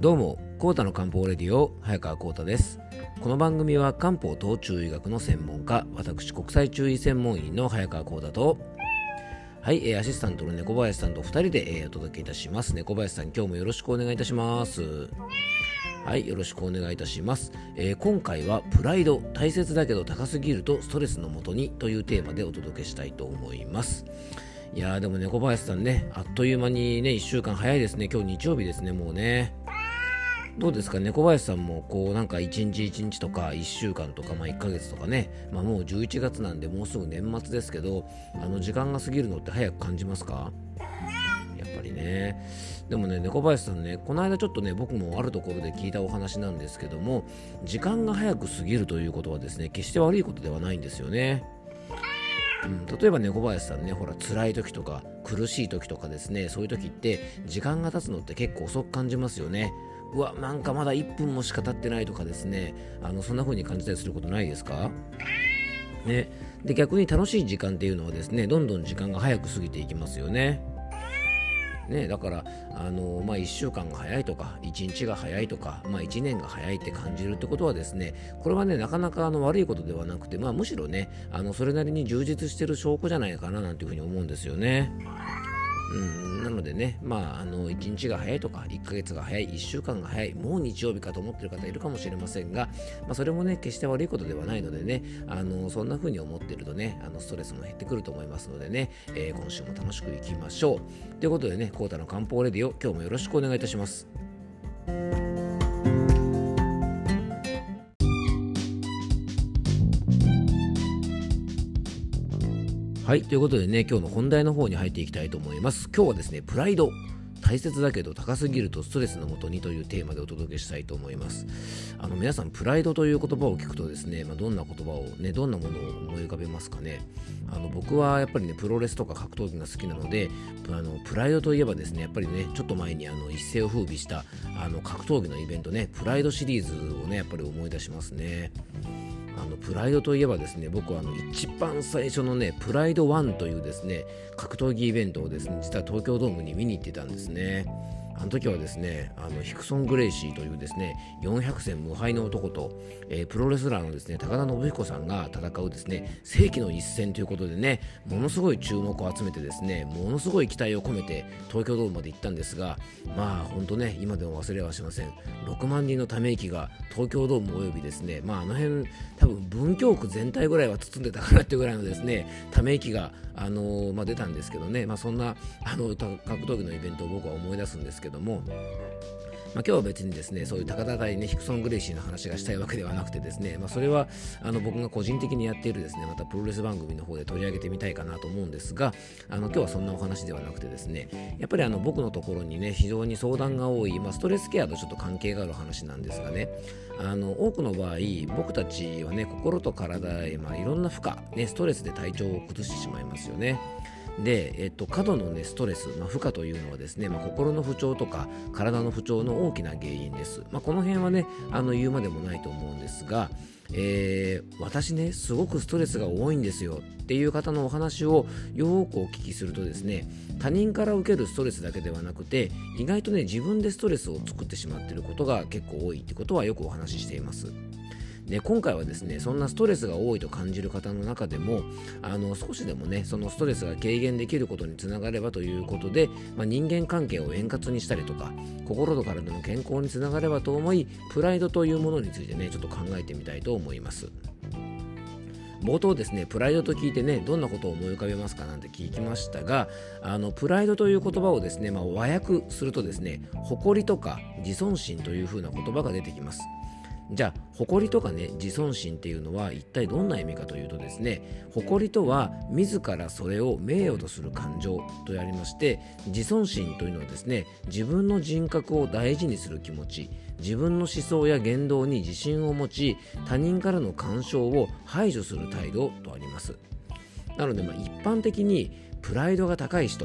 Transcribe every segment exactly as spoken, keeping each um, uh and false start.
どうも、コータの漢方レディオ早川コータです。この番組は漢方と中医学の専門家、私国際中医専門医の早川コータとはい、アシスタントの猫林さんとふたりでお届けいたします。猫林さん、今日もよろしくお願いいたします。はい、よろしくお願いいたします。えー、今回はプライド、大切だけど高すぎるとストレスのもとにというテーマでお届けしたいと思います。いやーでも猫林さんね、あっという間にねいっしゅうかん早いですね。今日日曜日ですね。もうね、どうですか、猫林さんもこうなんかいちにちいちにちとかいっしゅうかんとか、まあ、いっかげつとかね、まあ、もうじゅういちがつなんでもうすぐ年末ですけど、あの時間が過ぎるのって早く感じますか？やっぱりね。でもね、猫林さんね、この間ちょっとね僕もあるところで聞いたお話なんですけども、時間が早く過ぎるということはですね、決して悪いことではないんですよね。うん、例えば猫林さんね、ほら辛い時とか苦しい時とかですね、そういう時って時間が経つのって結構遅く感じますよね。うわ、なんかまだいっぷんもしか経ってないとかですね、あのそんな風に感じたりすることないですかね。で、逆に楽しい時間っていうのはですね、どんどん時間が早く過ぎていきますよね。ね、だからあの、まあ、いっしゅうかんが早いとかいちにちが早いとか、まあ、いちねんが早いって感じるってことはですね、これはねなかなかあの悪いことではなくて、まあ、むしろねあのそれなりに充実してる証拠じゃないかななんていうふうに思うんですよね。うん、なのでね、まあ、あのいちにちが早いとかいっかげつが早い、いっしゅうかんが早い、もう日曜日かと思っている方いるかもしれませんが、まあ、それもね決して悪いことではないのでね、あのそんな風に思っているとね、あのストレスも減ってくると思いますのでね、えー、今週も楽しくいきましょうということでね、コータの漢方レディオ、今日もよろしくお願いいたします。はい、ということでね、今日の本題の方に入っていきたいと思います。今日はですね、プライド、大切だけど高すぎるとストレスのもとにというテーマでお届けしたいと思います。あの皆さん、プライドという言葉を聞くとですね、まあ、どんな言葉をね、どんなものを思い浮かべますかね。あの僕はやっぱりね、プロレスとか格闘技が好きなので、あのプライドといえばですね、やっぱりね、ちょっと前にあの一世を風靡したあの格闘技のイベントね、プライドシリーズをね、やっぱり思い出しますね。あのプライドといえばですね、僕はあの一番最初のねプライドワンというですね格闘技イベントをですね、実は東京ドームに見に行ってたんですね。あの時はですね、あのヒクソン・グレイシーというですねよんひゃくせん無敗の男と、えー、プロレスラーのですね高田信彦さんが戦うですね世紀の一戦ということでね、ものすごい注目を集めてですね、ものすごい期待を込めて東京ドームまで行ったんですが、まあ本当ね、今でも忘れはしません。ろくまんにんのため息が東京ドームおよびですね、まああの辺多分文京区全体ぐらいは包んでたかなっていうぐらいのですねため息が、あのーまあ、出たんですけどね、まあ、そんなあの格闘技のイベントを僕は思い出すんですけども、まあ、今日は別にですねそういう高田対ねヒクソン・グレイシーの話がしたいわけではなくてですね、まあ、それはあの僕が個人的にやっているですねまたプロレス番組の方で取り上げてみたいかなと思うんですが、あの今日はそんなお話ではなくてですね、やっぱりあの僕のところにね非常に相談が多い、まあ、ストレスケアとちょっと関係がある話なんですがね、あの多くの場合僕たちはね心と体へ、まあ、いろんな負荷、ね、ストレスで体調を崩してしまいますよね。で、えっと、過度の、ね、ストレス、まあ、負荷というのはですね、まあ、心の不調とか体の不調の大きな原因です。まあ、この辺はねあの言うまでもないと思うんですが、えー、私ねすごくストレスが多いんですよっていう方のお話をよくお聞きするとですね、他人から受けるストレスだけではなくて、意外とね自分でストレスを作ってしまっていることが結構多いってことはよくお話ししています。で、今回はですねそんなストレスが多いと感じる方の中でも、あの少しでもねそのストレスが軽減できることにつながればということで、まあ、人間関係を円滑にしたりとか心と体の健康につながればと思い、プライドというものについてねちょっと考えてみたいと思います。冒頭ですね、プライドと聞いてねどんなことを思い浮かべますかなんて聞きましたが、あのプライドという言葉をですね、まあ、和訳するとですね、誇りとか自尊心というふうな言葉が出てきます。じゃあ誇りとかね自尊心っていうのは一体どんな意味かというとですね、誇りとは自らそれを名誉とする感情とやりまして、自尊心というのはですね自分の人格を大事にする気持ち、自分の思想や言動に自信を持ち、他人からの干渉を排除する態度とあります。なので、まあ、一般的にプライドが高い人、あの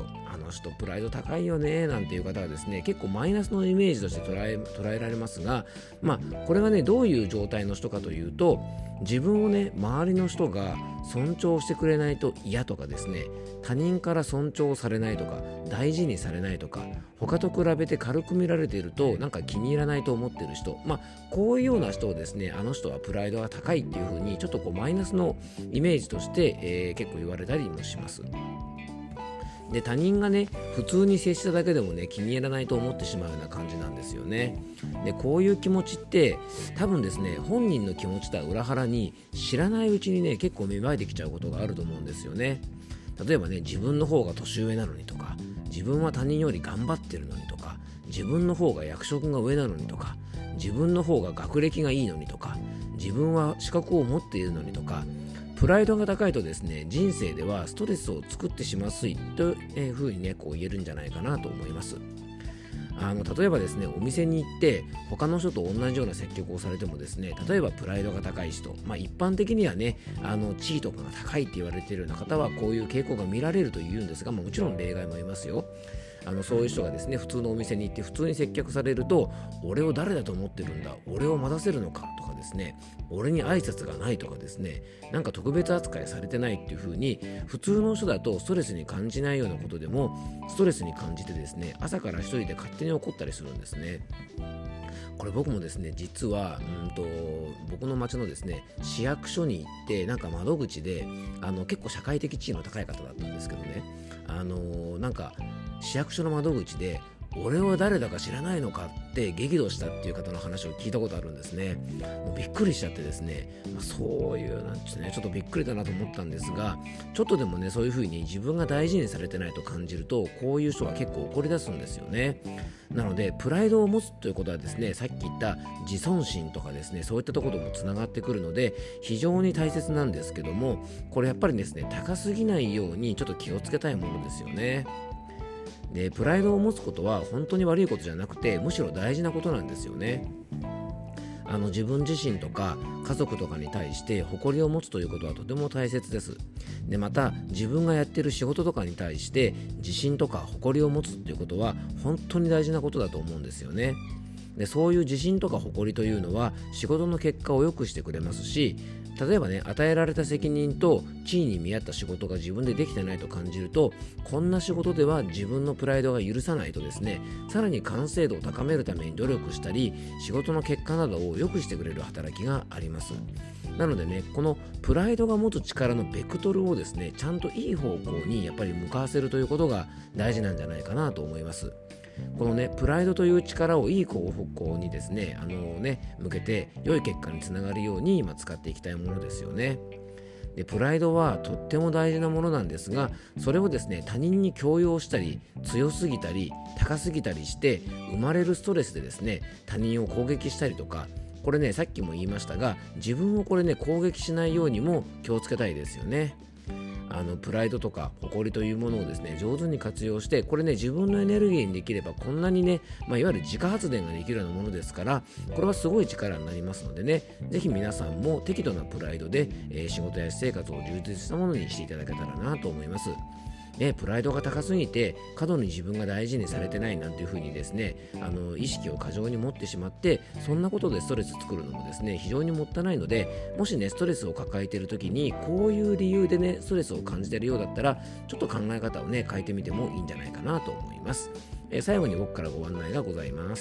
の人プライド高いよねなんていう方はですね、結構マイナスのイメージとして捉え、捉えられますが、まあこれがねどういう状態の人かというと、自分をね周りの人が尊重してくれないと嫌とかですね、他人から尊重されないとか大事にされないとか、他と比べて軽く見られているとなんか気に入らないと思っている人、まあこういうような人をですね、あの人はプライドが高いっていう風にちょっとこうマイナスのイメージとして、えー、結構言われたりもします。で、他人がね普通に接しただけでもね気に入らないと思ってしまうような感じなんですよね。で、こういう気持ちって多分ですね、本人の気持ちとは裏腹に知らないうちにね結構芽生えてきちゃうことがあると思うんですよね。例えばね、自分の方が年上なのにとか、自分は他人より頑張ってるのにとか、自分の方が役職が上なのにとか、自分の方が学歴がいいのにとか、自分は資格を持っているのにとか、プライドが高いとですね、人生ではストレスを作ってしまいやすいというふうにねこう言えるんじゃないかなと思います。あの例えばですね、お店に行って他の人と同じような接客をされてもですね、例えばプライドが高い人、まあ一般的にはね、あの地位とかが高いって言われているような方はこういう傾向が見られるというんですが、まあ、もちろん例外もいますよ。あのそういう人がですね、普通のお店に行って普通に接客されると、俺を誰だと思ってるんだ、俺を待たせるのかとかですね、俺に挨拶がないとかですね、なんか特別扱いされてないっていう風に、普通の人だとストレスに感じないようなことでもストレスに感じてですね、朝から一人で勝手に怒ったりするんですね。これ僕もですね、実はうんと僕の町のですね市役所に行って、なんか窓口であの結構社会的地位の高い方だったんですけどね、あのなんか市役所の窓口で俺は誰だか知らないのかって激怒したっていう方の話を聞いたことあるんですね。もうびっくりしちゃってですね、まあ、そういうなんてね、ちょっとびっくりだなと思ったんですが、ちょっとでもねそういう風に自分が大事にされてないと感じると、こういう人は結構怒り出すんですよね。なのでプライドを持つということはですね、さっき言った自尊心とかですね、そういったところともつながってくるので非常に大切なんですけども、これやっぱりですね、高すぎないようにちょっと気をつけたいものですよね。で、プライドを持つことは本当に悪いことじゃなくて、むしろ大事なことなんですよね。あの自分自身とか家族とかに対して誇りを持つということはとても大切です。で、また自分がやっている仕事とかに対して自信とか誇りを持つということは本当に大事なことだと思うんですよね。で、そういう自信とか誇りというのは仕事の結果を良くしてくれますし、例えばね、与えられた責任と地位に見合った仕事が自分でできてないと感じると、こんな仕事では自分のプライドが許さないとですね、さらに完成度を高めるために努力したり、仕事の結果などを良くしてくれる働きがあります。なのでね、このプライドが持つ力のベクトルをですね、ちゃんといい方向にやっぱり向かわせるということが大事なんじゃないかなと思います。このね、プライドという力をいい方向にですね、あのね、向けて良い結果につながるように今使っていきたいものですよね。で、プライドはとっても大事なものなんですが、それをですね、他人に強要したり、強すぎたり、高すぎたりして生まれるストレスでですね、他人を攻撃したりとか、これね、さっきも言いましたが、自分をこれね、攻撃しないようにも気をつけたいですよね。あのプライドとか誇りというものをですね、上手に活用して、これね、自分のエネルギーにできればこんなにね、まあ、いわゆる自家発電ができるようなものですから、これはすごい力になりますのでね、ぜひ皆さんも適度なプライドで、えー、仕事や私生活を充実したものにしていただけたらなと思います。ね、プライドが高すぎて過度に自分が大事にされてないなんていう風にですね、あの意識を過剰に持ってしまって、そんなことでストレス作るのもですね、非常にもったいないので、もしねストレスを抱えている時にこういう理由でねストレスを感じているようだったら、ちょっと考え方をね変えてみてもいいんじゃないかなと思います。えー、最後に僕からご案内がございます。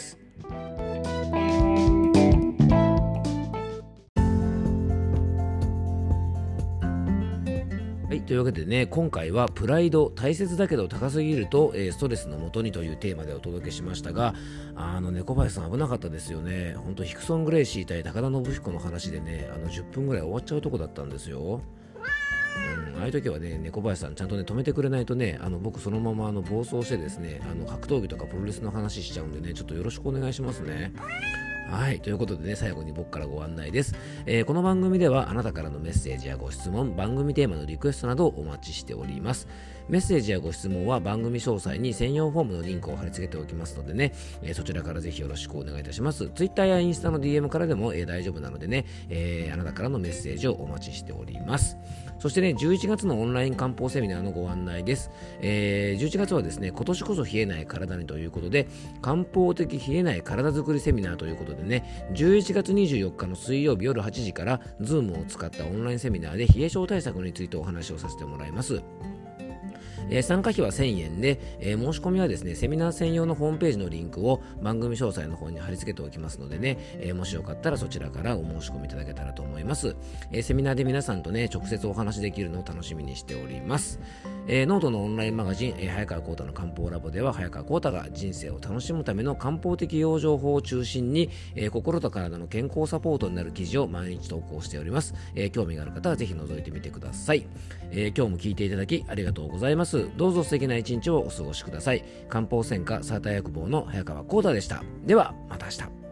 はい、というわけでね、今回はプライド大切だけど高すぎると、えー、ストレスの元にというテーマでお届けしましたが、あの猫林さん危なかったですよね。ほんとヒクソン・グレイシー対高田信彦の話でね、あのじゅっぷんぐらい終わっちゃうとこだったんですよ。うん、ああいう時はね、猫林さんちゃんとね止めてくれないとね、あの僕そのままあの暴走してですね、あの格闘技とかプロレスの話しちゃうんでね、ちょっとよろしくお願いしますね。はい、ということでね、最後に僕からご案内です。えー、この番組ではあなたからのメッセージやご質問、番組テーマのリクエストなどをお待ちしております。 メッセージやご質問は番組詳細に専用フォームのリンクを貼り付けておきますのでね、えー、そちらからぜひよろしくお願いいたします。Twitter やインスタの ディーエム からでも、えー、大丈夫なのでね、えー、あなたからのメッセージをお待ちしております。そしてね、じゅういちがつのオンライン漢方セミナーのご案内です。えー、じゅういちがつはですね、今年こそ冷えない体にということで、漢方的冷えない体づくりセミナーということでね、じゅういちがつにじゅうよっかの水曜日夜はちじから Zoom を使ったオンラインセミナーで冷え症対策についてお話をさせてもらいます。えー、参加費はせんえんで、えー、申し込みはですね、セミナー専用のホームページのリンクを番組詳細の方に貼り付けておきますのでね、えー、もしよかったらそちらからお申し込みいただけたらと思います。えー、セミナーで皆さんとね、直接お話できるのを楽しみにしております。えー、ノートのオンラインマガジン、えー、早川浩太の漢方ラボでは、早川浩太が人生を楽しむための漢方的養生法を中心に、えー、心と体の健康サポートになる記事を毎日投稿しております。えー、興味がある方はぜひ覗いてみてください。えー、今日も聞いていただきありがとうございます。どうぞ素敵な一日をお過ごしください。漢方専科サーター薬房の早川浩太でした。ではまた明日。